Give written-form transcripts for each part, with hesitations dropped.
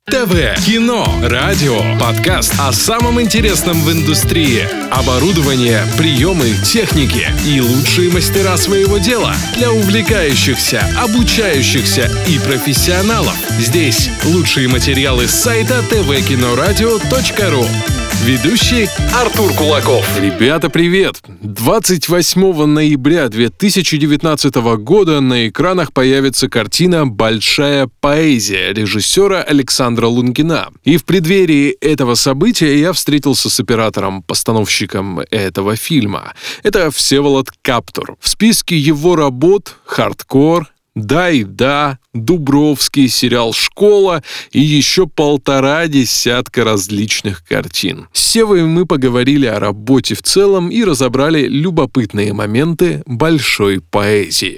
ТВ, кино, радио, подкаст о самом интересном в индустрии. Оборудование, приемы, техники и лучшие мастера своего дела для увлекающихся, обучающихся и профессионалов. Здесь лучшие материалы с сайта tvkinoradio.ru. Ведущий Артур Кулаков. Ребята, привет! 28 ноября 2019 года на экранах появится картина «Большая поэзия» режиссера Александра Лунгина. И в преддверии этого события я встретился с оператором-постановщиком этого фильма. Это Всеволод Каптур. В списке его работ «Хардкор», «Да и да», «Дубровский», сериал «Школа» и еще 1,5 десятка различных картин. С Севой мы поговорили о работе в целом и разобрали любопытные моменты большой поэзии.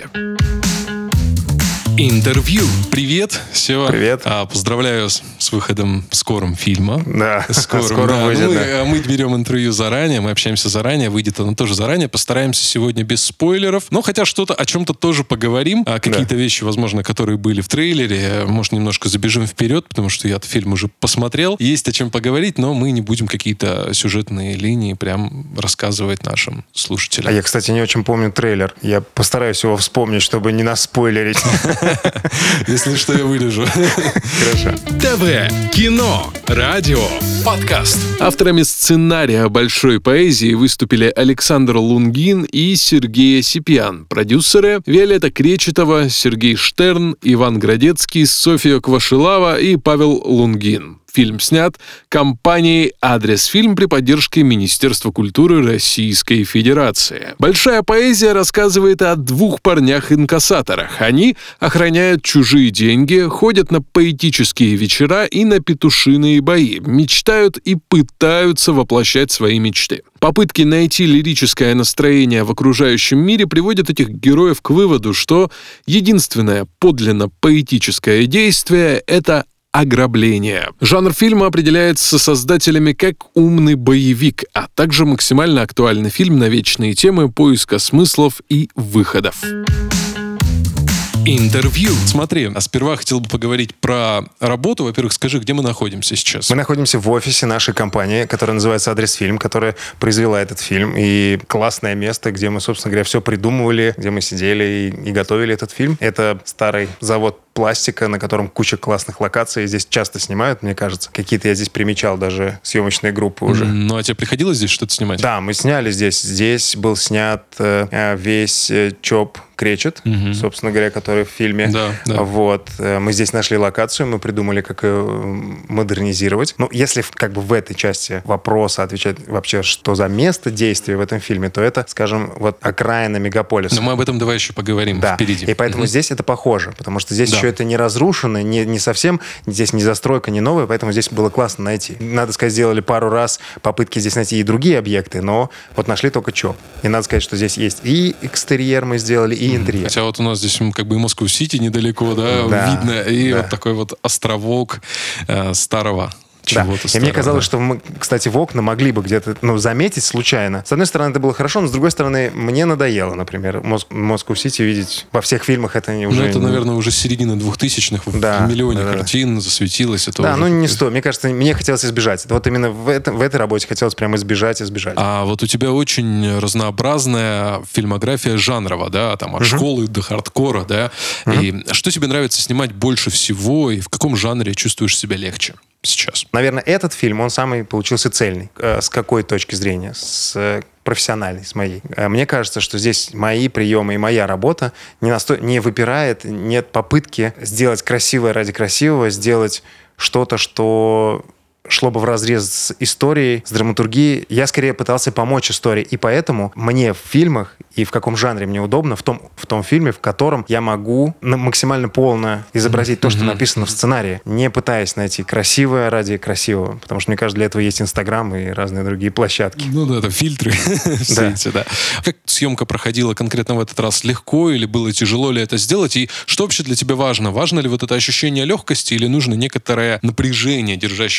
Интервью. Привет, Сева. Привет. Поздравляю с выходом скорым фильма. Да, скоро выйдет. Мы берем интервью заранее, мы общаемся заранее, выйдет оно тоже заранее. Постараемся сегодня без спойлеров. Но хотя о чем-то тоже поговорим. Какие-то вещи, возможно, которые были в трейлере. Может, немножко забежим вперед, потому что я фильм уже посмотрел. Есть о чем поговорить, но мы не будем какие-то сюжетные линии прям рассказывать нашим слушателям. Я, кстати, не очень помню трейлер. Я постараюсь его вспомнить, чтобы не наспойлерить. Если что, я вырежу. Хорошо. ТВ, кино, радио, подкаст. Авторами сценария большой поэзии выступили Александр Лунгин и Сергей Осипьян. Продюсеры Виолетта Кречетова, Сергей Штерн, Иван Градецкий, Софья Квашилава и Павел Лунгин. Фильм снят компанией «Адрес Фильм» при поддержке Министерства культуры Российской Федерации. «Большая поэзия» рассказывает о 2 парнях-инкассаторах. Они охраняют чужие деньги, ходят на поэтические вечера и на петушиные бои, мечтают и пытаются воплощать свои мечты. Попытки найти лирическое настроение в окружающем мире приводят этих героев к выводу, что единственное подлинно поэтическое действие — это ограбление. Жанр фильма определяется создателями как умный боевик, а также максимально актуальный фильм на вечные темы поиска смыслов и выходов. Интервью. Смотри, сперва хотел бы поговорить про работу. Во-первых, скажи, где мы находимся сейчас? Мы находимся в офисе нашей компании, которая называется «Адрес Фильм», которая произвела этот фильм. И классное место, где мы, собственно говоря, все придумывали, где мы сидели и готовили этот фильм. Это старый завод пластика, на котором куча классных локаций. Здесь часто снимают, мне кажется. Какие-то я здесь примечал, даже съемочные группы уже. Ну, а тебе приходилось здесь что-то снимать? Да, мы сняли здесь. Здесь был снят весь ЧОП Кречет, собственно говоря, который в фильме. Да. Вот. Мы здесь нашли локацию, мы придумали, как ее модернизировать. Ну, если как бы в этой части вопроса отвечать вообще, что за место действия в этом фильме, то это, скажем, вот окраина мегаполиса. Но мы об этом давай еще поговорим впереди. И поэтому здесь это похоже, потому что здесь еще это не разрушено, не совсем, здесь не застройка, не новая, поэтому здесь было классно найти. Надо сказать, сделали пару раз попытки здесь найти и другие объекты, но вот нашли только ЧОП. И надо сказать, что здесь есть и экстерьер мы сделали, и интерьер. Хотя вот у нас здесь как бы и Москва-Сити недалеко, видно, и вот такой вот островок старого чего-то старого. И мне казалось, что мы, кстати, в окна могли бы где-то заметить случайно. С одной стороны, это было хорошо, но с другой стороны, мне надоело, например, Москву-Сити видеть. Во всех фильмах это не уже... Ну, это, наверное, уже середина 2000-х, в миллионе картин засветилось. Это да, не стоит. Мне кажется, мне хотелось избежать. Вот именно в этой работе хотелось прямо избежать. А вот у тебя очень разнообразная фильмография жанрова, да, там от школы до хардкора, да. И что тебе нравится снимать больше всего, и в каком жанре чувствуешь себя легче сейчас? Наверное, этот фильм, он самый получился цельный. С какой точки зрения? С профессиональной, с моей. Мне кажется, что здесь мои приемы и моя работа не выпирает, нет попытки сделать красивое ради красивого, сделать что-то, что шло бы вразрез с историей, с драматургией. Я скорее пытался помочь истории. И поэтому мне в фильмах и в каком жанре мне удобно, в том фильме, в котором я могу максимально полно изобразить то, что написано в сценарии, не пытаясь найти красивое ради красивого. Потому что, мне кажется, для этого есть Инстаграм и разные другие площадки. Ну да, это фильтры все эти, да. Как съемка проходила конкретно в этот раз? Легко или было тяжело ли это сделать? И что вообще для тебя важно? Важно ли вот это ощущение легкости или нужно некоторое напряжение, держащее в тонусе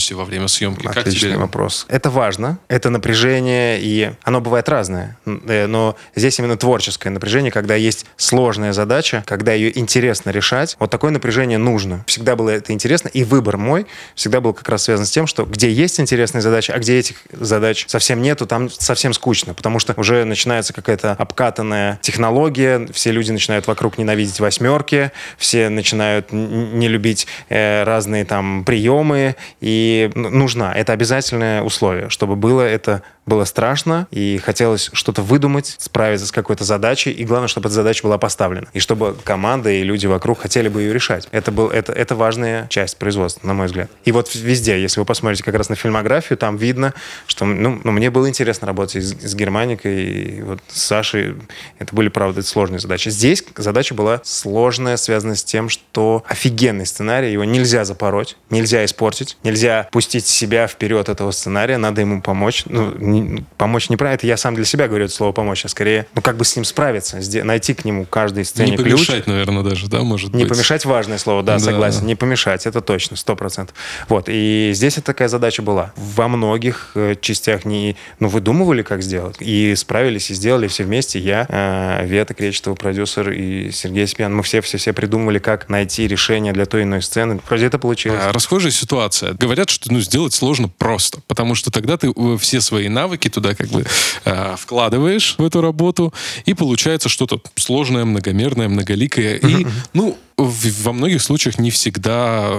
стрессе во время съемки? Отличный вопрос. Это важно, это напряжение, и оно бывает разное. Но здесь именно творческое напряжение, когда есть сложная задача, когда ее интересно решать. Вот такое напряжение нужно. Всегда было это интересно, и выбор мой всегда был как раз связан с тем, что где есть интересные задачи, а где этих задач совсем нету, там совсем скучно, потому что уже начинается какая-то обкатанная технология, все люди начинают вокруг ненавидеть восьмерки, все начинают не любить разные там приемы, и это обязательное условие, чтобы это было страшно, и хотелось что-то выдумать, справиться с какой-то задачей, и главное, чтобы эта задача была поставлена, и чтобы команда и люди вокруг хотели бы ее решать. Это важная часть производства, на мой взгляд. И вот везде, если вы посмотрите как раз на фильмографию, там видно, что мне было интересно работать с Германикой, и вот с Сашей. Это были, правда, сложные задачи. Здесь задача была сложная, связанная с тем, что офигенный сценарий, его нельзя запороть, нельзя испортить, нельзя пустить себя вперед этого сценария, надо ему помочь. Помочь неправильно, это я сам для себя говорю это слово «помочь», а скорее, как бы с ним справиться, найти к нему каждой сцене ключ. Не помешать, наверное, даже, да, может быть? Не помешать — важное слово, да, согласен. Не помешать, это точно, 100%. Вот, и здесь такая задача была. Во многих частях выдумывали, как сделать, и справились, и сделали все вместе. Я, Вета Кречетова, продюсер, и Сергей Сипьян. Мы все придумывали, как найти решение для той или иной сцены. Вроде это получилось. Расхожая ситуация. Говорят, что сделать сложно просто, потому что тогда ты все свои навыки туда вкладываешь в эту работу, и получается что-то сложное, многомерное, многоликое. И, во многих случаях не всегда,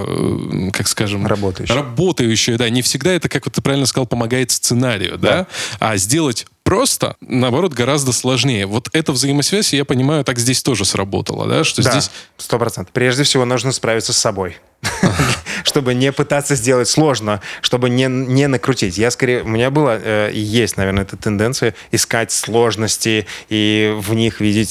работающее, да, не всегда это, как вот ты правильно сказал, помогает сценарию, да? А сделать просто, наоборот, гораздо сложнее. Вот эта взаимосвязь, я понимаю, так здесь тоже сработала, да? Что здесь... 100%. Прежде всего нужно справиться с собой. Чтобы не пытаться сделать сложно, чтобы не накрутить. У меня была и есть, наверное, эта тенденция искать сложности и в них видеть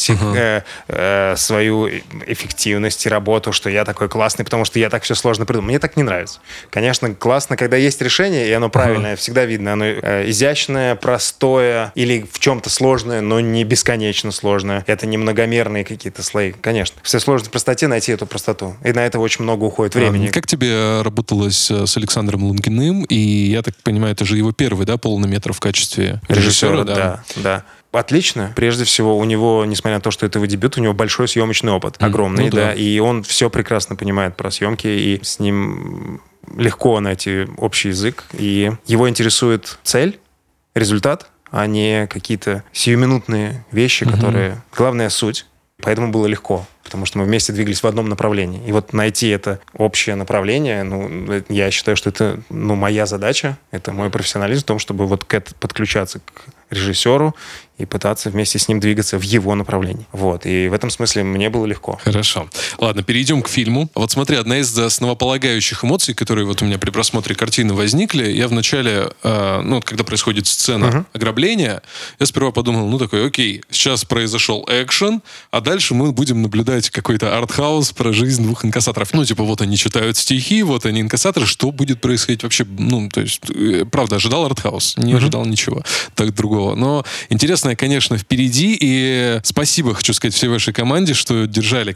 свою эффективность и работу, что я такой классный, потому что я так все сложно придумал. Мне так не нравится. Конечно, классно, когда есть решение, и оно правильное, всегда видно. Оно изящное, простое или в чем-то сложное, но не бесконечно сложное. Это не многомерные какие-то слои. Конечно. Все сложно в простоте, найти эту простоту. И на это очень много уходит времени. Как тебе работалось с Александром Лунгиным? И я так понимаю, это же его первый, да, полный метр в качестве режиссера? Да. Отлично. Прежде всего, у него, несмотря на то, что это его дебют, у него большой съемочный опыт. Огромный, да. И он все прекрасно понимает про съемки, и с ним легко найти общий язык. И его интересует цель, результат, а не какие-то сиюминутные вещи, которые... Главное — суть. Поэтому было легко, потому что мы вместе двигались в одном направлении. И вот найти это общее направление, я считаю, что это моя задача, это мой профессионализм в том, чтобы подключаться к режиссеру и пытаться вместе с ним двигаться в его направлении. Вот. И в этом смысле мне было легко. Хорошо. Ладно, перейдем к фильму. Вот смотри, одна из основополагающих эмоций, которые вот у меня при просмотре картины возникли, я вначале, когда происходит сцена ограбления, я сперва подумал, окей, сейчас произошел экшен, а дальше мы будем наблюдать какой-то артхаус про жизнь двух инкассаторов. Вот они читают стихи, вот они инкассаторы, что будет происходить вообще? Правда, ожидал артхаус, не ожидал ничего так другого. Но интересное, конечно, впереди, и спасибо, хочу сказать, всей вашей команде, что держали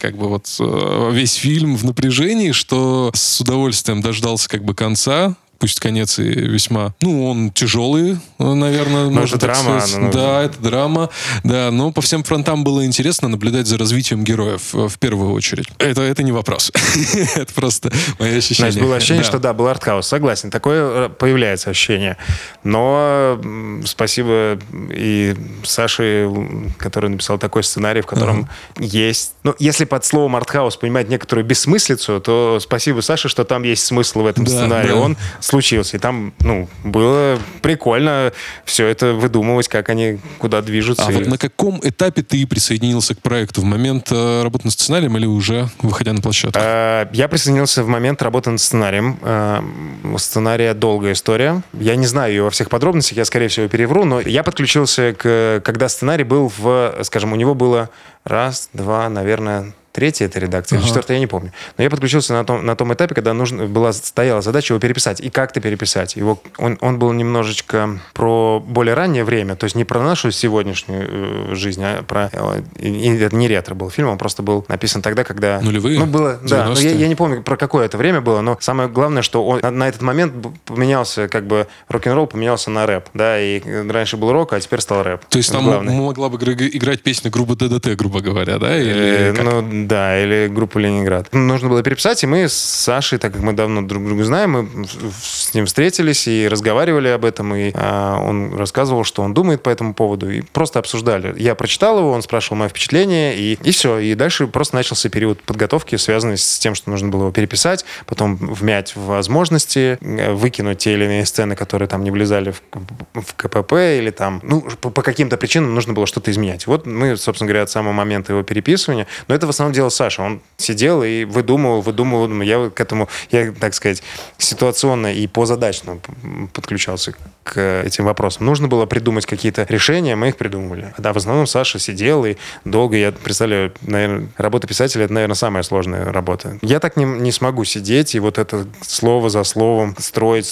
весь фильм в напряжении, что с удовольствием дождался конца. Пусть конец и весьма... он тяжелый, наверное. Но это драма. Да, это драма. Да, но по всем фронтам было интересно наблюдать за развитием героев в первую очередь. Это не вопрос. Это просто мое ощущение. Значит, было ощущение, что был артхаус. Согласен, такое появляется ощущение. Но спасибо и Саше, который написал такой сценарий, в котором есть... если под словом артхаус понимать некоторую бессмыслицу, то спасибо Саше, что там есть смысл в этом сценарии. Он случился. И там, было прикольно все это выдумывать, как они куда движутся. А вот на каком этапе ты присоединился к проекту? В момент работы над сценарием или уже выходя на площадку? Я присоединился в момент работы над сценарием. У сценария долгая история. Я не знаю ее во всех подробностях, я, скорее всего, перевру, но я подключился, когда сценарий был у него было раз, два, наверное, третья эта редакция, или четвертая, я не помню. Но я подключился на том этапе, когда стояла задача его переписать. И как-то переписать. Он был немножечко про более раннее время, то есть не про нашу сегодняшнюю жизнь, а про... Это не ретро был фильм, он просто был написан тогда, когда... Нулевые? Было, да, но я не помню, про какое это время было, но самое главное, что на этот момент поменялся, как бы, рок-н-ролл поменялся на рэп, да, и раньше был рок, а теперь стал рэп. То есть там могла бы играть песня группы ДДТ, грубо говоря, да? Или да, или группу «Ленинград». Нужно было переписать, и мы с Сашей, так как мы давно друг друга знаем, мы с ним встретились и разговаривали об этом, и он рассказывал, что он думает по этому поводу, и просто обсуждали. Я прочитал его, он спрашивал мое впечатление, и все. И дальше просто начался период подготовки, связанный с тем, что нужно было его переписать, потом вмять в возможности, выкинуть те или иные сцены, которые там не влезали в КПП, или там, по каким-то причинам нужно было что-то изменять. Вот мы, собственно говоря, от самого момента его переписывания, но это в основном делал Саша. Он сидел и выдумывал. Я к этому, так сказать, ситуационно и позадачно подключался к этим вопросам. Нужно было придумать какие-то решения, мы их придумывали. Да, в основном Саша сидел и долго, я представляю, наверное, работа писателя — это, наверное, самая сложная работа. Я так не смогу сидеть и вот это слово за словом строить.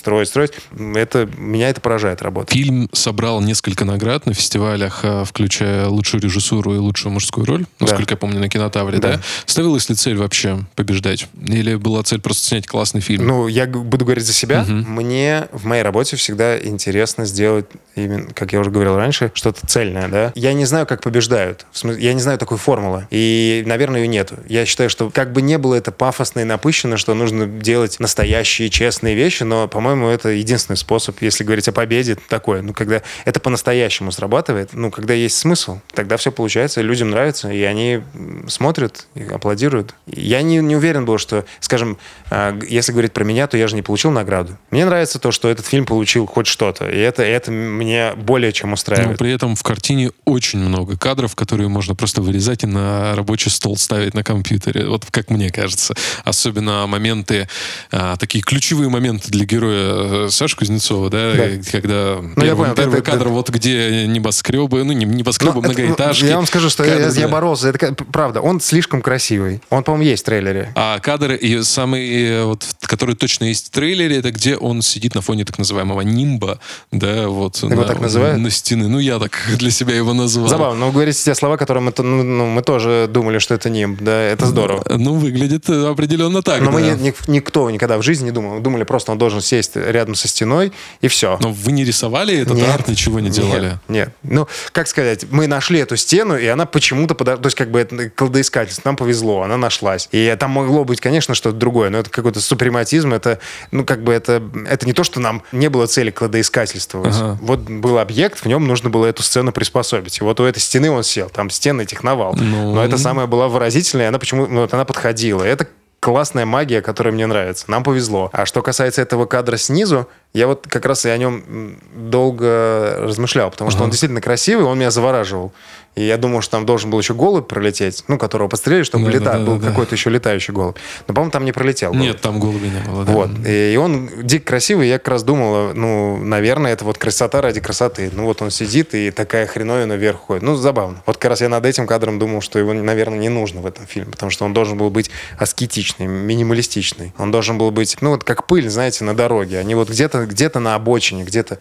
Меня это поражает, работа. Фильм собрал несколько наград на фестивалях, включая лучшую режиссуру и лучшую мужскую роль, насколько я помню, на Кинотавре, да? Ставилась ли цель вообще побеждать? Или была цель просто снять классный фильм? Я буду говорить за себя. Мне в моей работе всегда интересно сделать, именно, как я уже говорил раньше, что-то цельное, да? Я не знаю, как побеждают. Я не знаю такой формулы. И, наверное, ее нету. Я считаю, что как бы не было это пафосно и напыщено, что нужно делать настоящие, честные вещи, но, по-моему, это единственный способ, если говорить о победе, такое. Когда это по-настоящему срабатывает, когда есть смысл, тогда все получается, людям нравится, и они смотрят, и аплодируют. Я не уверен был, что, скажем, если говорить про меня, то я же не получил награду. Мне нравится то, что этот фильм получил хоть что-то, и это меня более чем устраивает. Но при этом в картине очень много кадров, которые можно просто вырезать и на рабочий стол ставить на компьютере. Вот как мне кажется. Особенно моменты, такие ключевые моменты для героя Саши Кузнецова, да. Когда первый кадр, вот где небоскребы, не небоскребы, многоэтажки. Я вам скажу, что я боролся. Это правда, он слишком красивый. Он, по-моему, есть в трейлере. А кадр, и самый, который точно есть в трейлере, это где он сидит на фоне так называемого нимба, да, вот. Его так называют? На стены. Я так для себя его назвал. Забавно, но вы говорите те слова, которые мы тоже думали, что это нимб, да, это здорово. Выглядит определенно так, но никто никогда в жизни не думал. Мы думали, просто он должен сесть рядом со стеной, и все. Но вы не рисовали этот арт, ничего не делали? Нет. Как сказать, мы нашли эту стену, и она почему-то... То есть, как бы, это кладоискательство. Нам повезло, она нашлась. И там могло быть, конечно, что-то другое, но это какой-то супрематизм, это не то, что нам не было цели кладоискательствовать. Ага. Вот был объект, в нем нужно было эту сцену приспособить. И вот у этой стены он сел, там стены этих навал. Но это самая была выразительная, она она подходила. Это классная магия, которая мне нравится. Нам повезло. А что касается этого кадра снизу, я вот как раз и о нем долго размышлял, потому что он действительно красивый, он меня завораживал. И я думал, что там должен был еще голубь пролететь, которого подстрелили, чтобы был какой-то еще летающий голубь. Но, по-моему, там не пролетел голубь. Нет, там голубя не было. Да. Вот. И он дико красивый, я как раз думал, наверное, это вот красота ради красоты. Вот он сидит, и такая хреновина вверх ходит. Забавно. Вот как раз я над этим кадром думал, что его, наверное, не нужно в этом фильме, потому что он должен был быть аскетичный, минималистичный. Он должен был быть, как пыль, знаете, на дороге. Они вот где-то на обочине, где-то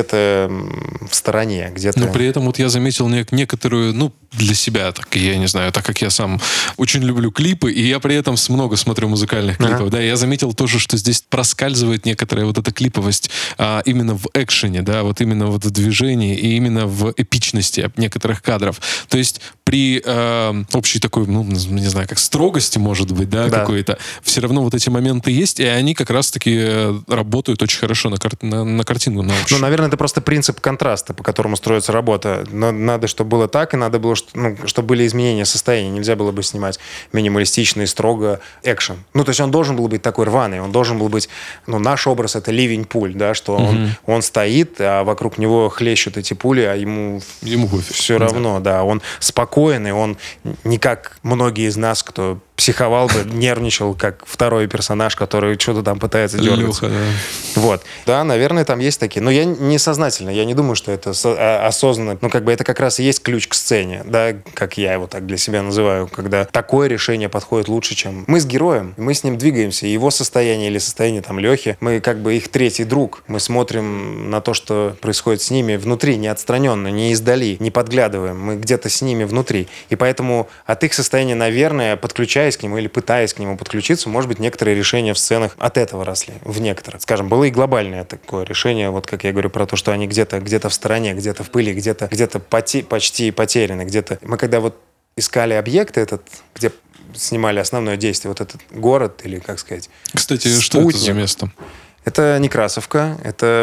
в стороне, где-то... Но при этом вот я заметил некоторую, для себя, я не знаю, так как я сам очень люблю клипы, и я при этом много смотрю музыкальных клипов, да, я заметил тоже, что здесь проскальзывает некоторая вот эта клиповость именно в экшене, да, вот именно вот в движении и именно в эпичности некоторых кадров. То есть при общей такой, не знаю, как строгости, может быть, да, какой-то, все равно вот эти моменты есть, и они как раз-таки работают очень хорошо на картину. Наверное, это просто принцип контраста, по которому строится работа. Но надо, чтобы было так, и надо было, чтобы были изменения состояния. Нельзя было бы снимать минималистичный, строго экшен. То есть он должен был быть такой рваный, он должен был быть... наш образ — это ливень-пуль, да, что он стоит, а вокруг него хлещут эти пули, а ему пофиг. Все равно, да. Он спокойный, он не как многие из нас, кто психовал бы, нервничал, как второй персонаж, который что-то там пытается дергаться. Леха, да. Вот. Да, наверное, там есть такие. Но я не сознательно, я не думаю, что это осознанно. Ну, как бы это как раз и есть ключ к сцене, да, как я его так для себя называю, когда такое решение подходит лучше, чем... Мы с героем, мы с ним двигаемся, его состояние или состояние там Лехи, мы как бы их третий друг. Мы смотрим на то, что происходит с ними внутри, не отстраненно, не издали, не подглядываем. Мы где-то с ними внутри. И поэтому от их состояния, наверное, подключаясь к нему или пытаясь к нему подключиться, может быть, некоторые решения в сценах от этого росли, в некоторых. Скажем, было и глобальное такое решение, вот как я говорю про то, что они где-то в стороне, где-то в пыли, где-то почти потеряны, где-то... Мы когда вот искали объект этот, где снимали основное действие, вот этот город или, как сказать, Кстати, спутник. что это за место? Это Некрасовка. Это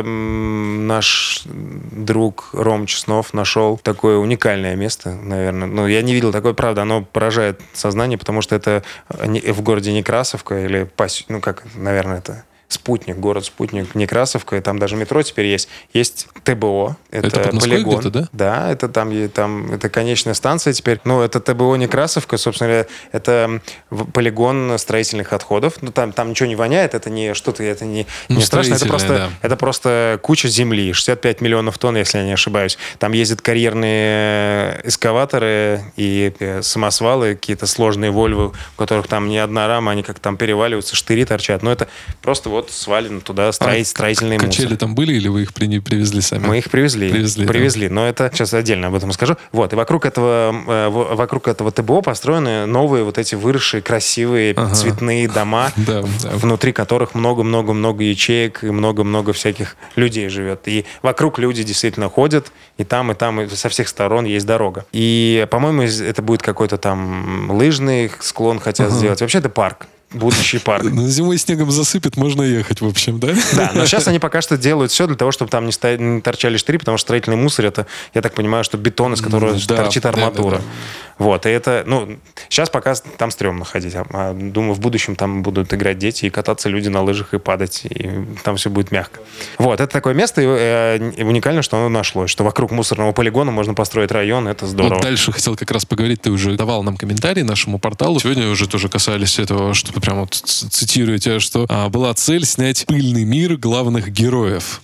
наш друг Ром Чеснов нашел такое уникальное место, наверное. Ну, я не видел такое, правда, оно поражает сознание, потому что это в городе Некрасовка или, ну, как, наверное, это... Спутник, город-спутник Некрасовка, и там даже метро теперь есть. Есть ТБО, это полигон. Да? Да, это там это конечная станция теперь. Ну, это ТБО Некрасовка, собственно говоря, это полигон строительных отходов. Ну, там ничего не воняет, это не что-то, это не страшно. Это просто куча земли, 65 миллионов тонн, если я не ошибаюсь. Там ездят карьерные экскаваторы и самосвалы, какие-то сложные Вольвы, у которых там не одна рама, они как там переваливаются, штыри торчат. Но это просто вот свалено туда строительные мусор. Качели там были или вы их привезли сами? Мы их привезли. Но это сейчас отдельно об этом скажу. Вот, и вокруг этого ТБО построены новые вот эти выросшие, красивые, цветные дома, внутри которых много-много-много ячеек и много-много всяких людей живет. И вокруг люди действительно ходят, и там, и со всех сторон есть дорога. И, по-моему, это будет какой-то там лыжный склон хотят сделать. Вообще это парк. Будущий парк. Зимой снегом засыпет, можно ехать, в общем, да? Да, но сейчас они пока что делают все для того, чтобы там не торчали штыри, потому что строительный мусор — это, я так понимаю, что бетон, из которого торчит арматура. Да. Вот, и это, ну, сейчас пока там стрёмно ходить. Думаю, в будущем там будут играть дети и кататься люди на лыжах и падать, и там все будет мягко. Вот, это такое место, и уникально, что оно нашлось, что вокруг мусорного полигона можно построить район, это здорово. Вот дальше хотел как раз поговорить, ты уже давал нам комментарий нашему порталу. Сегодня уже тоже касались этого, что прям вот цитирую тебя, что была цель снять пыльный мир главных героев.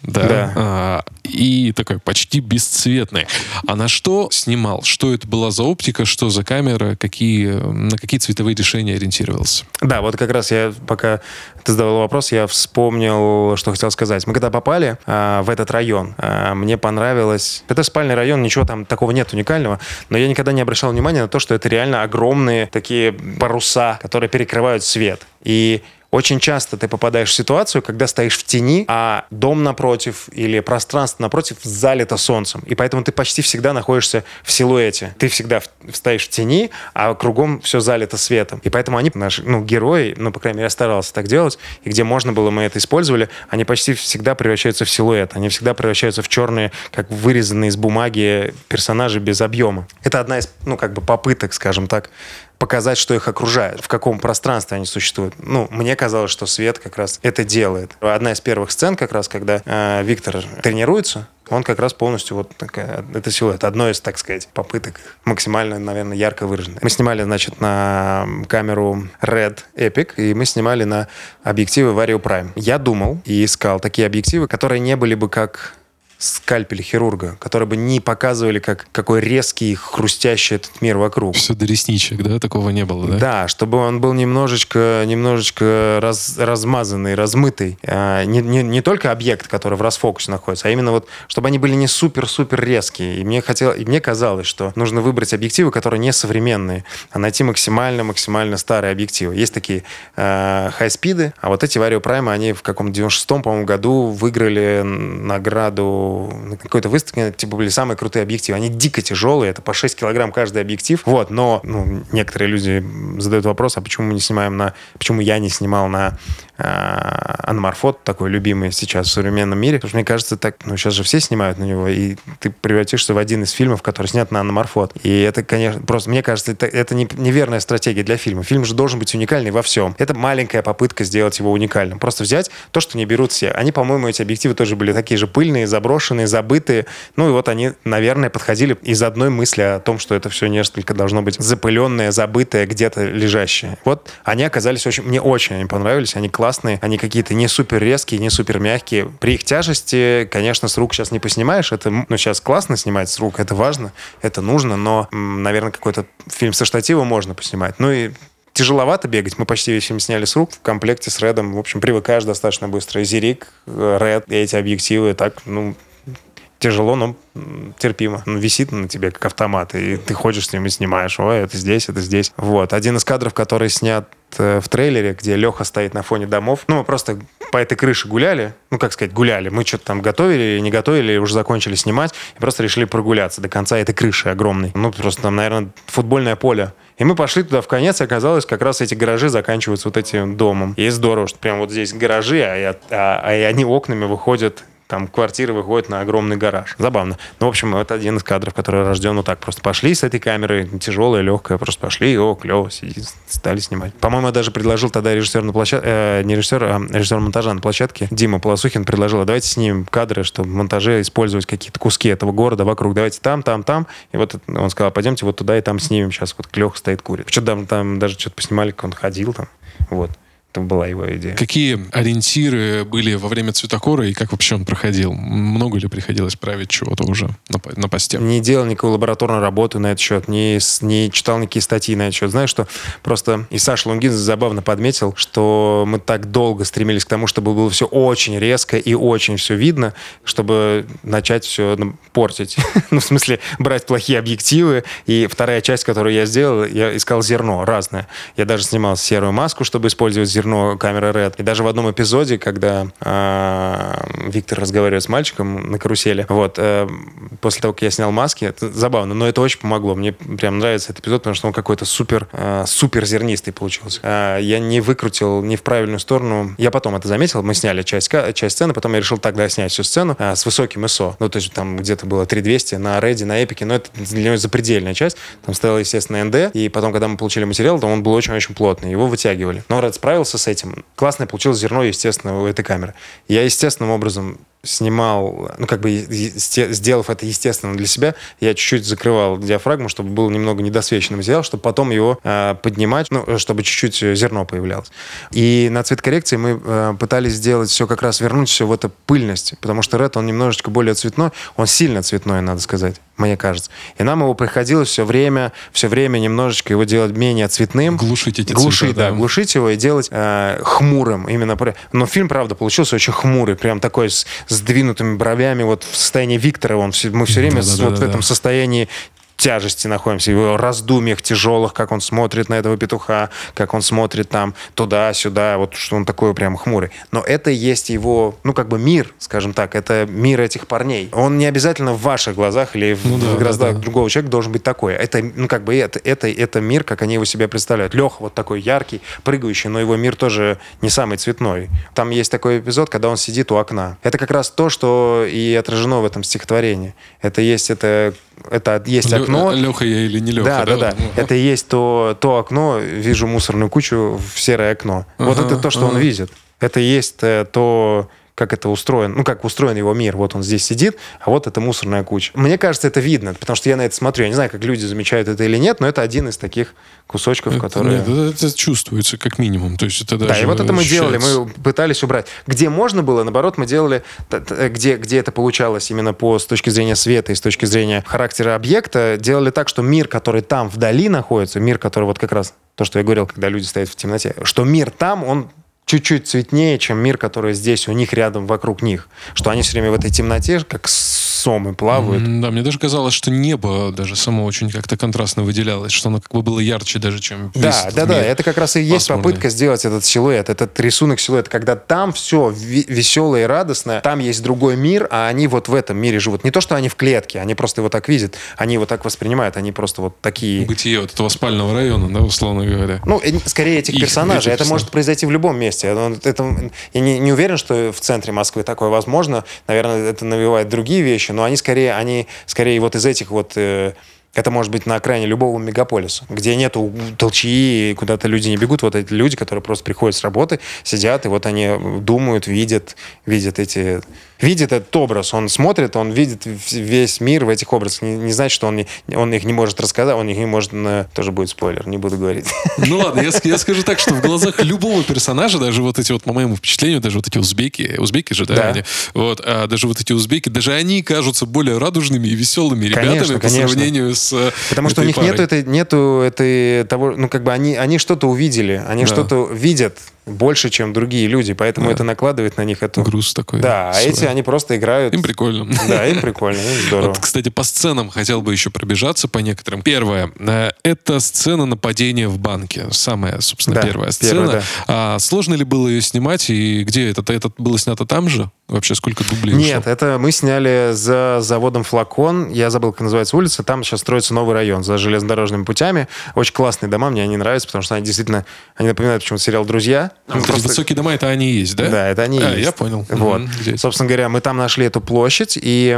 Да. И такой почти бесцветный. А на что снимал? Что это была за оптика? Что за камера? На какие цветовые решения ориентировался? Да, вот как раз пока ты задавал вопрос, я вспомнил, что хотел сказать. Мы когда попали в этот район, мне понравилось... Это спальный район, ничего там такого нет уникального, но я никогда не обращал внимания на то, что это реально огромные такие паруса, которые перекрывают свет. И очень часто ты попадаешь в ситуацию, когда стоишь в тени, а дом напротив или пространство напротив залито солнцем. И поэтому ты почти всегда находишься в силуэте. Ты всегда стоишь в тени, а кругом все залито светом. И поэтому наши герои, по крайней мере, я старался так делать, и где можно было, мы это использовали, они почти всегда превращаются в силуэт. Они всегда превращаются в черные, как вырезанные из бумаги персонажи без объема. Это одна из, попыток, скажем так, показать, что их окружает, в каком пространстве они существуют. Мне казалось, что свет как раз это делает. Одна из первых сцен, как раз, когда Виктор тренируется, он как раз полностью вот такая, это силуэт. Одно из, так сказать, попыток максимально, наверное, ярко выраженной. Мы снимали, на камеру Red Epic, и мы снимали на объективы Vario Prime. Я думал и искал такие объективы, которые не были бы как скальпель хирурга, которые бы не показывали, какой резкий, хрустящий этот мир вокруг. Все до ресничек, да? Такого не было, да? Да, чтобы он был немножечко размазанный, размытый. Не только объект, который в расфокусе находится, а именно чтобы они были не супер-супер резкие. И мне казалось, что нужно выбрать объективы, которые не современные, а найти максимально старые объективы. Есть такие хай-спиды, а вот эти Vario Prime, они в каком-то 96-м, по-моему, году выиграли награду на какой-то выставке, были самые крутые объективы. Они дико тяжелые, это по 6 килограмм каждый объектив. Но некоторые люди задают вопрос, а почему я не снимал на аноморфот, такой любимый сейчас в современном мире. Потому что, мне кажется, так, сейчас же все снимают на него, и ты превратишься в один из фильмов, который снят на аноморфот. И это, конечно, просто, мне кажется, это неверная стратегия для фильма. Фильм же должен быть уникальный во всем. Это маленькая попытка сделать его уникальным. Просто взять то, что не берут все. Они, по-моему, эти объективы тоже были такие же пыльные, заброшенные, забытые. И вот они, наверное, подходили из одной мысли о том, что это все несколько должно быть запыленное, забытое, где-то лежащее. Вот они оказались мне очень они понравились, они классные, они какие-то не супер резкие, не супер мягкие. При их тяжести, конечно, с рук сейчас не поснимаешь. Это, сейчас классно снимать с рук, это важно, это нужно, но, наверное, какой-то фильм со штатива можно поснимать. И тяжеловато бегать. Мы почти весь фильм сняли с рук в комплекте с Редом. В общем, привыкаешь достаточно быстро. Зирик, Ред, эти объективы так, тяжело, но терпимо. Висит на тебе, как автомат, и ты ходишь с ним и снимаешь. Ой, это здесь, это здесь. Вот. Один из кадров, который снят в трейлере, где Леха стоит на фоне домов. Мы просто по этой крыше гуляли. Гуляли. Мы что-то там готовили, не готовили, уже закончили снимать, и просто решили прогуляться до конца этой крыши огромной. Просто там, наверное, футбольное поле. И мы пошли туда в конец, и оказалось, как раз эти гаражи заканчиваются вот этим домом. И здорово, что прям вот здесь гаражи, а они окнами выходят. Там квартира выходит на огромный гараж. Забавно. В общем, это один из кадров, который рожден вот так. Просто пошли с этой камерой, тяжелая, легкая, просто пошли, клево, стали снимать. По-моему, я даже предложил тогда режиссер на площадке, не режиссер, а режиссер монтажа на площадке, Дима Полосухин предложил, давайте снимем кадры, чтобы в монтаже использовать какие-то куски этого города вокруг. Давайте там. И вот он сказал, пойдемте вот туда и там снимем. Сейчас вот Леха стоит, курит. Что-то там даже что-то поснимали, как он ходил там. Вот. Это была его идея. Какие ориентиры были во время «Цветокора» и как вообще он проходил? Много ли приходилось править чего-то уже на посте? Не делал никакой лабораторной работы на этот счет, не читал никакие статьи на этот счет. Знаешь, что просто и Саша Лунгин забавно подметил, что мы так долго стремились к тому, чтобы было все очень резко и очень все видно, чтобы начать все портить. В смысле, брать плохие объективы. И вторая часть, которую я сделал, я искал зерно разное. Я даже снимал серую маску, чтобы использовать зерно камеры Red. И даже в одном эпизоде, когда Виктор разговаривает с мальчиком на карусели, после того, как я снял маски, это забавно, но это очень помогло. Мне прям нравится этот эпизод, потому что он какой-то супер зернистый получился. Я не выкрутил ни в правильную сторону. Я потом это заметил, мы сняли часть сцены, потом я решил тогда снять всю сцену с высоким ISO. То есть там где-то было 3200 на Red, на Эпике, но это для него запредельная часть. Там стоял, естественно, ND, и потом, когда мы получили материал, то он был очень-очень плотный, его вытягивали. Но Red справился с этим. Классное получилось зерно, естественно, у этой камеры. Я естественным образом снимал, сделав это естественно для себя, я чуть-чуть закрывал диафрагму, чтобы был немного недосвеченный материал, чтобы потом его поднимать, чтобы чуть-чуть зерно появлялось. И на цветокоррекции мы пытались сделать все, как раз вернуть все в эту пыльность, потому что Red, он немножечко более цветной, он сильно цветной, надо сказать, мне кажется. И нам его приходилось все время немножечко его делать менее цветным. Глушить эти цвета, да, глушить его и делать хмурым. Именно. Но фильм, правда, получился очень хмурый, прям такой с сдвинутыми бровями. Вот в состоянии Виктора мы все время в этом состоянии тяжести находимся, в его раздумьях тяжелых, как он смотрит на этого петуха, как он смотрит там туда-сюда, вот что он такой прям хмурый. Но это есть его, мир, скажем так, это мир этих парней. Он не обязательно в ваших глазах или в глазах другого человека должен быть такой. Это, это мир, как они его себе представляют. Леха вот такой яркий, прыгающий, но его мир тоже не самый цветной. Там есть такой эпизод, когда он сидит у окна. Это как раз то, что и отражено в этом стихотворении. Это есть окно. Леха я или не Леха? Да. Это и есть то окно, вижу мусорную кучу в серое окно. Вот это то, что он видит. Это и есть то, как это устроено, как устроен его мир. Вот он здесь сидит, а вот это мусорная куча. Мне кажется, это видно, потому что я на это смотрю. Я не знаю, как люди замечают это или нет, но это один из таких кусочков, которые... Нет, это чувствуется как минимум. То есть это даже и вот это мы делали, мы пытались убрать. Где можно было, наоборот, мы делали, где это получалось именно с точки зрения света и с точки зрения характера объекта, делали так, что мир, который там вдали находится, мир, который вот как раз то, что я говорил, когда люди стоят в темноте, что мир там, он чуть-чуть цветнее, чем мир, который здесь у них рядом, вокруг них. Что они все время в этой темноте, как сомы плавают. Да, мне даже казалось, что небо даже само очень как-то контрастно выделялось, что оно как бы было ярче даже, чем весь Да, этот мир. это как раз и есть Пасмурный. попытка сделать этот силуэт, этот рисунок силуэта, когда там все веселое и радостное, там есть другой мир, а они вот в этом мире живут. Не то, что они в клетке, они просто его так видят, они его так воспринимают, они просто вот такие... Бытие вот этого спального района, да, условно говоря. Ну, скорее этих персонажей. Это может произойти в любом месте. Я не уверен, что в центре Москвы такое возможно. Наверное, это навевает другие вещи, но они скорее вот из этих вот... Это может быть на окраине любого мегаполиса, где нету толчии, куда-то люди не бегут. Вот эти люди, которые просто приходят с работы, сидят, и вот они думают, видят этот образ. Он смотрит, он видит весь мир в этих образах. Не значит, что он их не может рассказать, он их не может... Тоже будет спойлер, не буду говорить. Ну ладно, я скажу так, что в глазах любого персонажа, даже вот эти вот, по моему впечатлению, даже вот эти узбеки же, да? Да. Они, вот, даже вот эти узбеки, даже они кажутся более радужными и веселыми ребятами Конечно, по сравнению с Потому что у них нету этой того, ну как бы они что-то увидели, они что-то видят больше, чем другие люди, поэтому это накладывает на них эту... груз такой. Да, а эти, они просто играют... Им прикольно. Да, им прикольно, им здорово. Вот, кстати, по сценам хотел бы еще пробежаться по некоторым. Первое. Это сцена нападения в банке. Самая, собственно, первая сцена. Сложно ли было ее снимать? И где это? Это было снято там же? Вообще, сколько дублей Нет, ушло? это мы сняли за заводом «Флакон». Я забыл, как называется улица. Там сейчас строится новый район за железнодорожными путями. Очень классные дома, мне они нравятся, потому что они действительно... Они напоминают почему-то сериал «Друзья». Высокие дома, это они и есть, да? Да, это они и есть. Я понял. Вот. Собственно говоря, мы там нашли эту площадь, и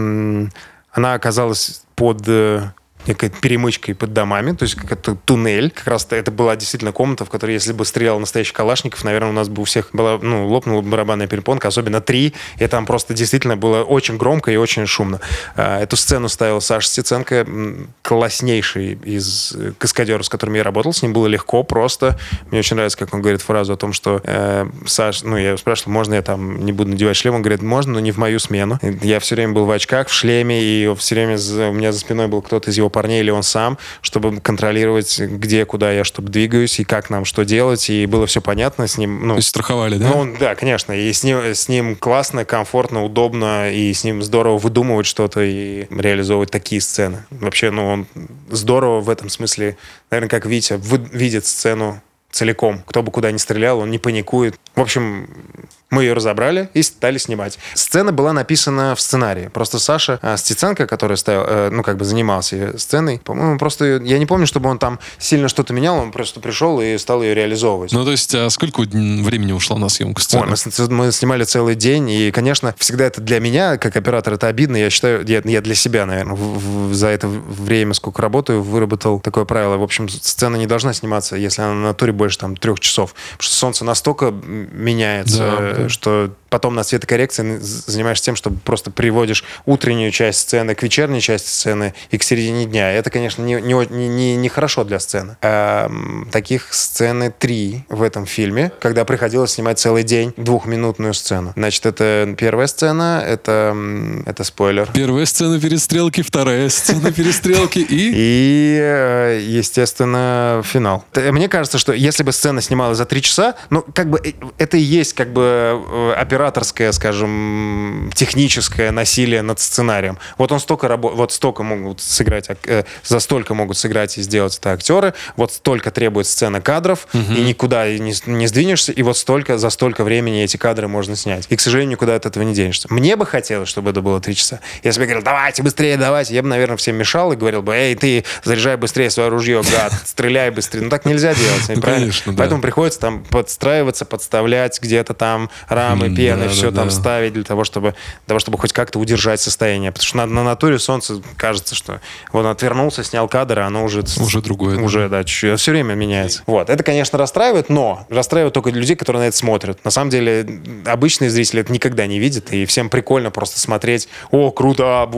она оказалась под... некой перемычкой под домами, то есть как-то туннель. Как раз это была действительно комната, в которой, если бы стрелял настоящий Калашников, наверное, у нас бы у всех была, лопнула бы барабанная перепонка, особенно 3. И там просто действительно было очень громко и очень шумно. Эту сцену ставил Саша Стеценко, класснейший из каскадеров, с которыми я работал. С ним было легко, просто. Мне очень нравится, как он говорит фразу о том, что Саш, я его спрашивал, можно я там не буду надевать шлем? Он говорит, можно, но не в мою смену. Я все время был в очках, в шлеме, и все время у меня за спиной был кто-то из его парней или он сам, чтобы контролировать, где, куда я, чтобы двигаюсь, и как нам что делать, и было все понятно с ним. То есть страховали, да? Да, конечно, и с ним классно, комфортно, удобно, и с ним здорово выдумывать что-то и реализовывать такие сцены. Вообще, он здорово в этом смысле, наверное, как Витя, видит сцену целиком. Кто бы куда ни стрелял, он не паникует. В общем, мы ее разобрали и стали снимать. Сцена была написана в сценарии. Просто Саша Стеценко, который занимался сценой, по-моему, просто... Я не помню, чтобы он там сильно что-то менял, он просто пришел и стал ее реализовывать. То есть, сколько времени ушло на съемку сцены? Мы снимали целый день, и, конечно, всегда это для меня, как оператор, это обидно. Я считаю, я для себя, наверное, за это время, сколько работаю, выработал такое правило. В общем, сцена не должна сниматься, если она на натуре больше 3 часов. Потому что солнце настолько меняется, что потом на цветокоррекции занимаешься тем, что просто приводишь утреннюю часть сцены к вечерней части сцены и к середине дня. Это, конечно, не хорошо для сцены. Таких сцены 3 в этом фильме, когда приходилось снимать целый день 2-минутную сцену. Значит, это первая сцена, это спойлер. Первая сцена перестрелки, вторая сцена перестрелки и, естественно, финал. Мне кажется, что если бы сцена снималась за 3 часа, это и есть операторское, скажем, техническое насилие над сценарием. Вот он столько могут сыграть, за столько могут сыграть и сделать это актеры, вот столько требует сцена кадров, и никуда не сдвинешься, и вот за столько времени эти кадры можно снять. И, к сожалению, никуда от этого не денешься. Мне бы хотелось, чтобы это было 3 часа. Если бы я говорил, давайте быстрее, давайте, я бы, наверное, всем мешал и говорил бы, эй, ты заряжай быстрее свое ружье, гад, стреляй быстрее. Так нельзя делать. Конечно, да. Поэтому приходится там подстраиваться, подставлять где-то там рамы, пены, все там ставить для того, чтобы хоть как-то удержать состояние. Потому что на натуре солнце кажется, что вот он отвернулся, снял кадр, а оно уже другое. Уже, да, чуть-чуть. Все время меняется. Вот. Это, конечно, расстраивает, но расстраивает только людей, которые на это смотрят. На самом деле, обычные зрители это никогда не видят, и всем прикольно просто смотреть, о, круто,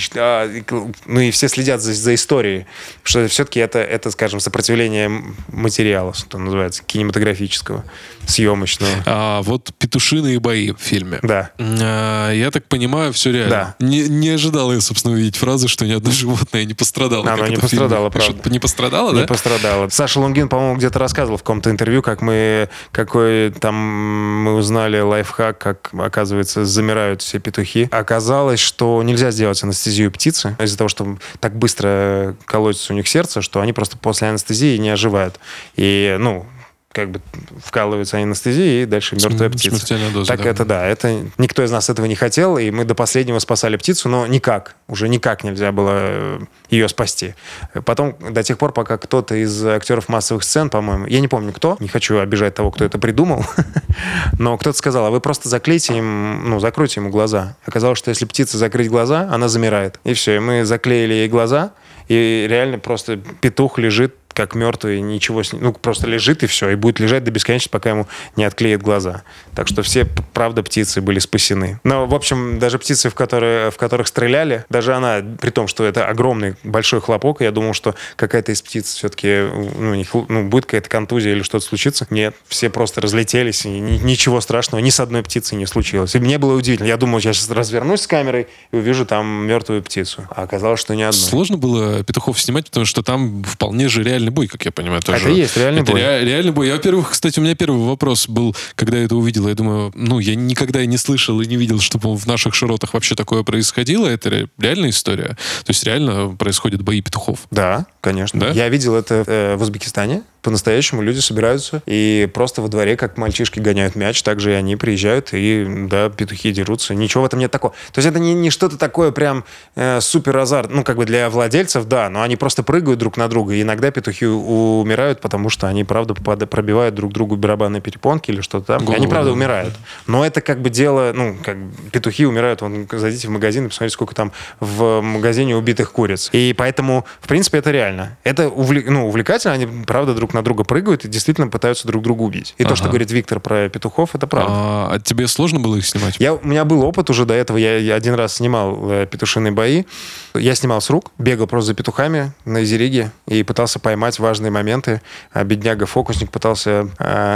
и все следят за историей. Потому что все-таки это, скажем, сопротивление материала, что называется, кинематографического, съемочного. А вот петушиные бои бои в фильме. Да. Я так понимаю, все реально. Да. Не ожидал я, собственно, увидеть фразу, что ни одно животное не пострадало. Оно не пострадало, правда. Не пострадало, да? Не пострадало. Саша Лунгин, по-моему, где-то рассказывал в каком-то интервью, какой там мы узнали лайфхак, как, оказывается, замирают все петухи. Оказалось, что нельзя сделать анестезию птицы из-за того, что так быстро колотится у них сердце, что они просто после анестезии не оживают. И, как бы вкалываются анестезии, и дальше мертвая птица. Смертельная доза, Так да. это никто из нас этого не хотел, и мы до последнего спасали птицу, но уже никак нельзя было ее спасти. Потом, до тех пор, пока кто-то из актеров массовых сцен, по-моему, я не помню кто, не хочу обижать того, кто это придумал, но кто-то сказал, а вы просто закройте ему глаза. Оказалось, что если птице закрыть глаза, она замирает. И все, и мы заклеили ей глаза, и реально просто петух лежит как мертвый, ничего с ним, просто лежит и все, и будет лежать до бесконечности, пока ему не отклеят глаза. Так что все, правда, птицы были спасены. Но, в общем, даже птицы, в которых стреляли, даже она, при том, что это огромный, большой хлопок, я думал, что какая-то из птиц все-таки, у них будет какая-то контузия или что-то случится. Нет, все просто разлетелись, и ничего страшного ни с одной птицей не случилось. И мне было удивительно. Я думал, я сейчас развернусь с камерой и увижу там мертвую птицу. А оказалось, что ни одной. Сложно было петухов снимать, потому что там вполне же реальный бой, как я понимаю. Тоже. Это есть реальный бой. Реальный бой. Во-первых, кстати, у меня первый вопрос был, когда я это увидел. Я думаю, я никогда и не слышал и не видел, чтобы в наших широтах вообще такое происходило. Это реальная история? То есть реально происходят бои петухов? Да, конечно. Да? Я видел это в Узбекистане. По-настоящему люди собираются и просто во дворе, как мальчишки гоняют мяч, так же и они приезжают, и, да, петухи дерутся. Ничего в этом нет такого. То есть это не что-то такое прям супер азарт. Для владельцев, да, но они просто прыгают друг на друга. И иногда петухи умирают, потому что они, правда, пробивают друг другу барабанные перепонки или что-то там. И они, правда, умирают. Но это как бы дело, петухи умирают. Зайдите в магазин и посмотрите, сколько там в магазине убитых куриц. И поэтому, в принципе, это реально. Это увлекательно. Они, правда, друг на друга прыгают и действительно пытаются друг друга убить. И то, что говорит Виктор про петухов, это правда. А тебе сложно было их снимать? У меня был опыт уже до этого. Я один раз снимал петушиные бои. Я снимал с рук, бегал просто за петухами на изериге и пытался поймать важные моменты. А бедняга-фокусник пытался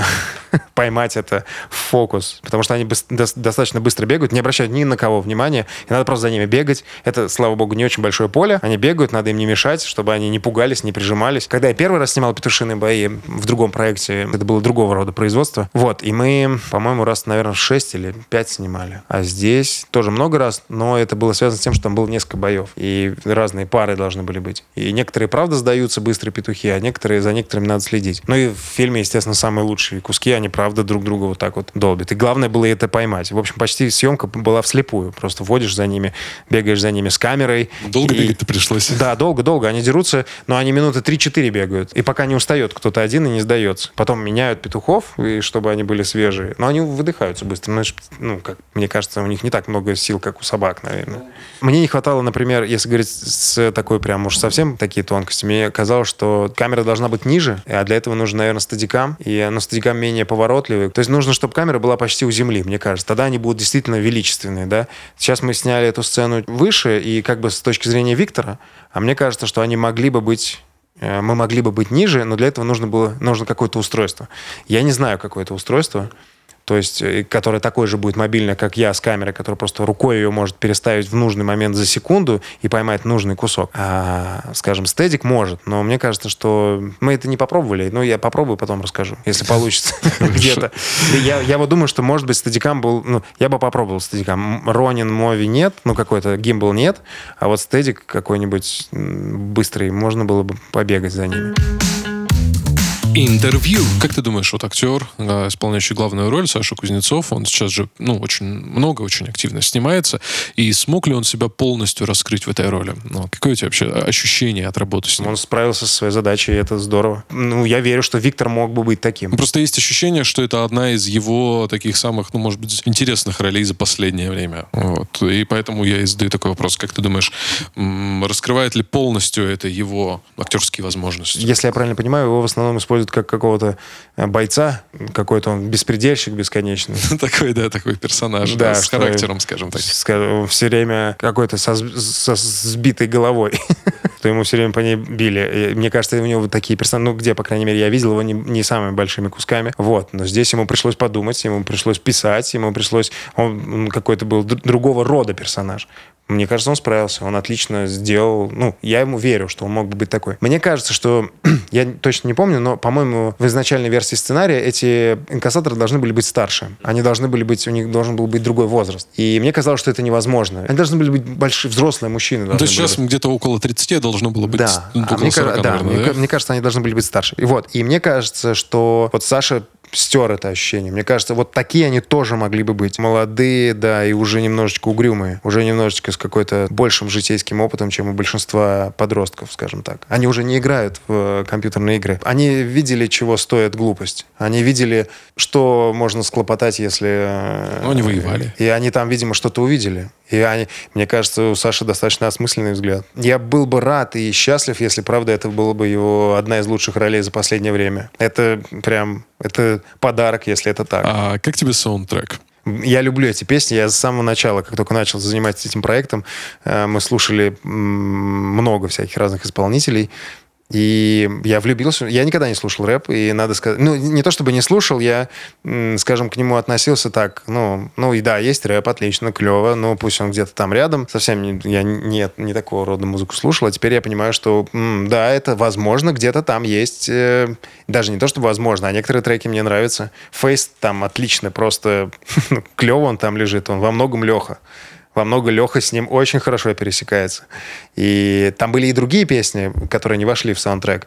поймать это в фокус, потому что они достаточно быстро бегают, не обращают ни на кого внимания, и надо просто за ними бегать. Это, слава богу, не очень большое поле. Они бегают, надо им не мешать, чтобы они не пугались, не прижимались. Когда я первый раз снимал петушиные бои в другом проекте, это было другого рода производства, и мы, по-моему, раз, наверное, 6 или 5 снимали. А здесь тоже много раз, но это было связано с тем, что там было несколько боев, и разные пары должны были быть. И некоторые, правда, сдаются быстрые петухи, а за некоторыми надо следить. И в фильме, естественно, самые лучшие куски, они, правда, друг друга вот так вот долбят. И главное было это поймать. В общем, почти съемка была вслепую. Просто вводишь за ними, бегаешь за ними с камерой. Долго бегать-то пришлось? Да, долго. Они дерутся, но они минуты 3-4 бегают. И пока не устает кто-то один и не сдается. Потом меняют петухов, и чтобы они были свежие. Но они выдыхаются быстро. Как мне кажется, у них не так много сил, как у собак, наверное. Мне не хватало, например, если говорить с такой прям уж совсем такие тонкости, мне казалось, что камера должна быть ниже, а для этого нужен, наверное, стадикам. И стадикам менее поворотливый. То есть нужно, чтобы камера была почти у земли, мне кажется. Тогда они будут действительно величественные, да. Сейчас мы сняли эту сцену выше, и как бы с точки зрения Виктора, а мне кажется, что мы могли бы быть ниже, но для этого нужно какое-то устройство. Я не знаю, какое это устройство. То есть, которая такой же будет мобильная, как я, с камерой, которая просто рукой ее может переставить в нужный момент за секунду и поймать нужный кусок. Скажем, стедик может, но мне кажется, что мы это не попробовали. Я попробую, потом расскажу, если получится где-то. Я думаю, что, может быть, стедикам был... я бы попробовал стедикам. Ronin Movi нет, какой-то гимбал нет, а вот стедик какой-нибудь быстрый, можно было бы побегать за ними. Интервью. Как ты думаешь, актер, исполняющий главную роль, Саша Кузнецов, он сейчас же, очень много, очень активно снимается, и смог ли он себя полностью раскрыть в этой роли? Какое у тебя вообще ощущение от работы с ним? Он справился со своей задачей, и это здорово. Я верю, что Виктор мог бы быть таким. Просто есть ощущение, что это одна из его таких самых, может быть, интересных ролей за последнее время. И поэтому я и задаю такой вопрос. Как ты думаешь, раскрывает ли полностью это его актерские возможности? Если я правильно понимаю, его в основном используют используют как какого-то бойца, какой-то он беспредельщик бесконечный. Такой персонаж, да, с характером, скажем так. Все время какой-то со сбитой головой. То ему все время по ней били. И мне кажется, у него такие персонажи, где, по крайней мере, я видел его не самыми большими кусками. Но здесь ему пришлось подумать, ему пришлось писать, он какой-то был другого рода персонаж. Мне кажется, он справился, он отлично сделал. Я ему верю, что он мог бы быть такой. Мне кажется, что, я точно не помню, но, по-моему, в изначальной версии сценария эти инкассаторы должны были быть старше. У них должен был быть другой возраст. И мне казалось, что это невозможно. Они должны были быть большие, взрослые мужчины. То есть сейчас где-то около 30 должно было быть, около 40, наверное, да? Мне кажется, они должны были быть старше. И мне кажется, что Саша стер это ощущение. Мне кажется, такие они тоже могли бы быть. Молодые, да, и уже немножечко угрюмые. Уже немножечко с какой-то большим житейским опытом, чем у большинства подростков, скажем так. Они уже не играют в компьютерные игры. Они видели, чего стоит глупость. Они видели, что можно склопотать, если... Они воевали. И они там, видимо, что-то увидели. Мне кажется, у Саши достаточно осмысленный взгляд. Я был бы рад и счастлив, если, правда, это была бы его одна из лучших ролей за последнее время. Это подарок, если это так. А как тебе саундтрек? Я люблю эти песни. Я с самого начала, как только начал заниматься этим проектом, мы слушали много всяких разных исполнителей. И я влюбился. Я никогда не слушал рэп, и надо сказать... не то чтобы не слушал, я, скажем, к нему относился так. И да, есть рэп, отлично, клево, но пусть он где-то там рядом. Совсем я не такого рода музыку слушал, а теперь я понимаю, что да, это возможно, где-то там есть... Даже не то, чтобы возможно, а некоторые треки мне нравятся. Фейс там отлично, просто клево он там лежит, он во многом Леха. Во много Леха с ним очень хорошо пересекается. И там были и другие песни, которые не вошли в саундтрек.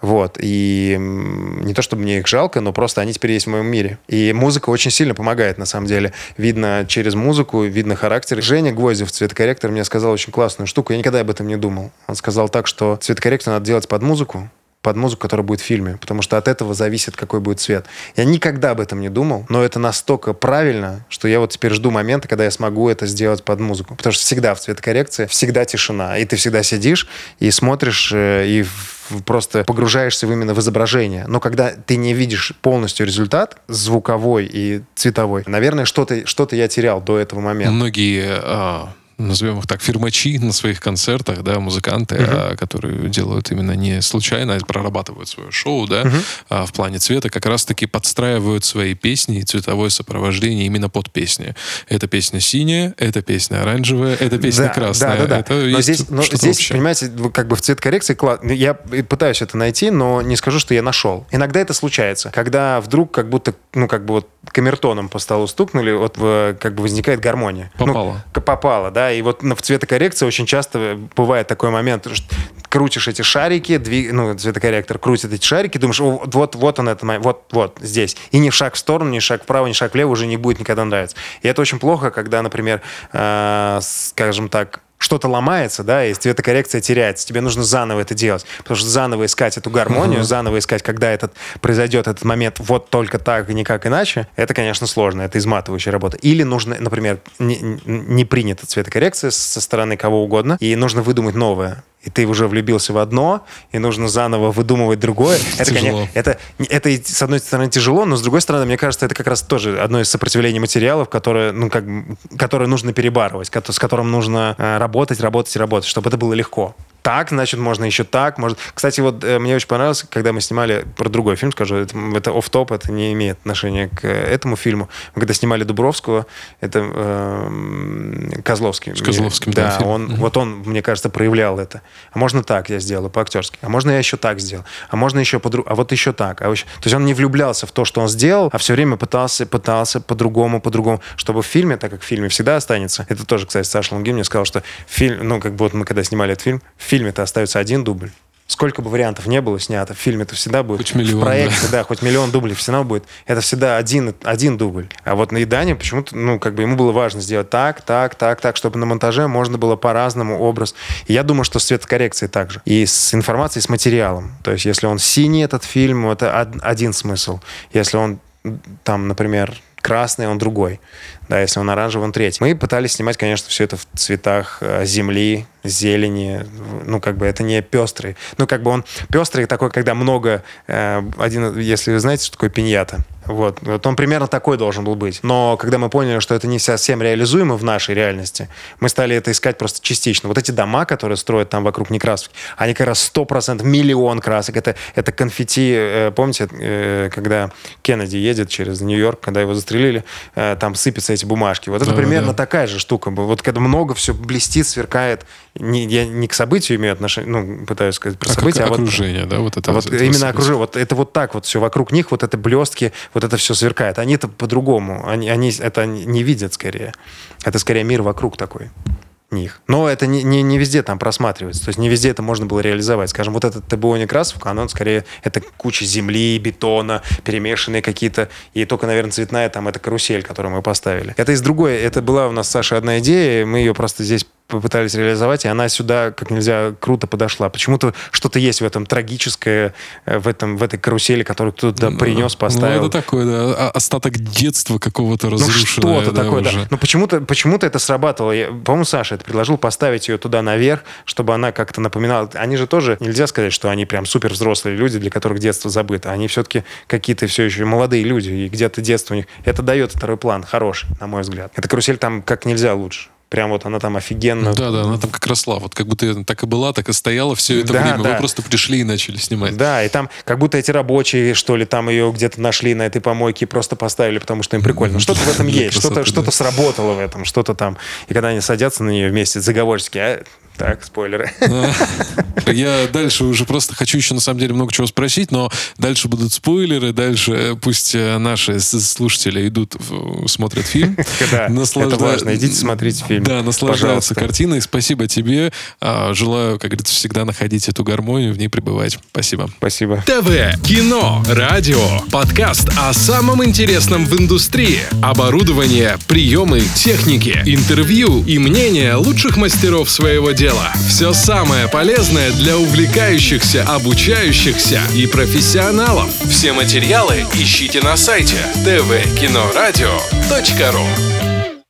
И не то, чтобы мне их жалко, но просто они теперь есть в моем мире. И музыка очень сильно помогает, на самом деле. Видно через музыку, видно характер. Женя Гвоздев, цветокорректор, мне сказал очень классную штуку. Я никогда об этом не думал. Он сказал так, что цветокорректор надо делать под музыку, которая будет в фильме, потому что от этого зависит, какой будет цвет. Я никогда об этом не думал, но это настолько правильно, что я теперь жду момента, когда я смогу это сделать под музыку. Потому что всегда в цветокоррекции, всегда тишина. И ты всегда сидишь и смотришь, и просто погружаешься именно в изображение. Но когда ты не видишь полностью результат, звуковой и цветовой, наверное, что-то я терял до этого момента. Многие... назовем их так, фирмачи на своих концертах, да, музыканты, которые делают именно не случайно, а прорабатывают свое шоу, да, в плане цвета, как раз-таки подстраивают свои песни и цветовое сопровождение именно под песни. Эта песня синяя, эта песня оранжевая, эта песня красная. Да. Это но здесь понимаете, в цветокоррекции я пытаюсь это найти, но не скажу, что я нашел. Иногда это случается, когда вдруг как будто, камертоном по столу стукнули, возникает гармония. Попало, да. И в цветокоррекции очень часто бывает такой момент, что крутишь эти шарики, цветокорректор крутит эти шарики, думаешь, вот он этот момент, вот здесь. И ни шаг в сторону, ни шаг вправо, ни шаг влево уже не будет никогда нравиться. И это очень плохо, когда, например, скажем так, что-то ломается, да, и цветокоррекция теряется. Тебе нужно заново это делать. Потому что заново искать эту гармонию, заново искать, когда произойдет этот момент вот только так и никак иначе, это, конечно, сложно. Это изматывающая работа. Или нужно, например, не принята цветокоррекция со стороны кого угодно, и нужно выдумать новое. И ты уже влюбился в одно, и нужно заново выдумывать другое. Это, конечно, это с одной стороны тяжело, но с другой стороны, мне кажется, это как раз тоже одно из сопротивлений материалов, которое нужно перебарывать, с которым нужно работать, чтобы это было легко. Так, значит, можно еще так. Кстати, мне очень понравилось, когда мы снимали про другой фильм, скажу, это офф-топ, это не имеет отношения к этому фильму. Мы когда снимали Дубровского, это Козловский. С Козловским, да. Он, мне кажется, проявлял это. А можно так я сделаю, по-актерски. А можно я еще так сделал. А можно еще а вот еще так. То есть он не влюблялся в то, что он сделал, а все время пытался по-другому, чтобы в фильме, так как в фильме всегда останется. Это тоже, кстати, Саша Лунгин мне сказал, что фильм, мы когда снимали этот фильм, в фильме-то остается один дубль. Сколько бы вариантов не было снято, в фильме-то всегда будет. Хоть миллион, в проекте, да, хоть миллион дублей всегда будет. Это всегда один дубль. А вот на «Едане» почему-то, ему было важно сделать так, чтобы на монтаже можно было по-разному образ. И я думаю, что с цветокоррекцией так же. И с информацией, с материалом. То есть, если он синий, этот фильм, это один смысл. Если он там, например, красный, он другой. Да, если он оранжевый, он третий. Мы пытались снимать, конечно, все это в цветах земли, зелени. Ну, как бы это не пестрый. Ну, как бы он пестрый такой, когда много... если вы знаете, что такое пиньята. Вот он примерно такой должен был быть. Но когда мы поняли, что это не совсем реализуемо в нашей реальности, мы стали это искать просто частично. Вот эти дома, которые строят там вокруг Некрасовки, они как раз 100%, миллион красок. Это конфетти. Помните, когда Кеннеди едет через Нью-Йорк, когда его застрелили, там сыпятся эти бумажки. Вот это примерно такая же штука. Вот когда много все блестит, сверкает. Я не к событию имею отношение, ну, пытаюсь сказать про события, окружение, да? Вот это, именно окружение. Вот это вот так вот все вокруг них, вот это блестки, вот это все сверкает. Они-то по-другому. Они это не видят скорее. Это скорее мир вокруг такой них. Но это не везде там просматривается. То есть не везде это можно было реализовать. Скажем, вот этот ТБО Некрасовка, оно скорее это куча земли, бетона, перемешанные какие-то, и только, наверное, цветная там это карусель, которую мы поставили. Это из другой. Это была у нас с Сашей одна идея, мы ее просто здесь попытались реализовать, и она сюда как нельзя круто подошла. Почему-то что-то есть в этом трагическое, в этой карусели, которую кто-то принес, поставил. Ну, это такое, да, остаток детства какого-то разрушенного. Ну, что-то такое, да. Но почему-то это срабатывало. По-моему, Саша это предложил поставить ее туда наверх, чтобы она как-то напоминала. Они же тоже, нельзя сказать, что они прям супер взрослые люди, для которых детство забыто. Они все-таки какие-то все еще молодые люди, и где-то детство у них. Это дает второй план, хороший, на мой взгляд. Эта карусель там как нельзя лучше. Прям вот она там офигенно... Да, она там как росла. Вот как будто так и была, так и стояла все это время. Вы просто пришли и начали снимать. Да, и там как будто эти рабочие, что ли, там ее где-то нашли на этой помойке и просто поставили, потому что им прикольно. Что-то в этом есть, что-то сработало в этом, что-то там. И когда они садятся на нее вместе, заговорчески, так, спойлеры. Я дальше уже просто хочу еще на самом деле много чего спросить, но дальше будут спойлеры, дальше пусть наши слушатели идут, смотрят фильм. Это важно, идите смотрите фильм. Да, наслаждаются картиной. Спасибо тебе. Желаю, как говорится, всегда находить эту гармонию, в ней пребывать. Спасибо. Спасибо. ТВ, кино, радио, подкаст о самом интересном в индустрии. Оборудование, приемы, техники, интервью и мнения лучших мастеров своего дела. Все самое полезное для увлекающихся, обучающихся и профессионалов. Все материалы ищите на сайте tvkinoradio.ru.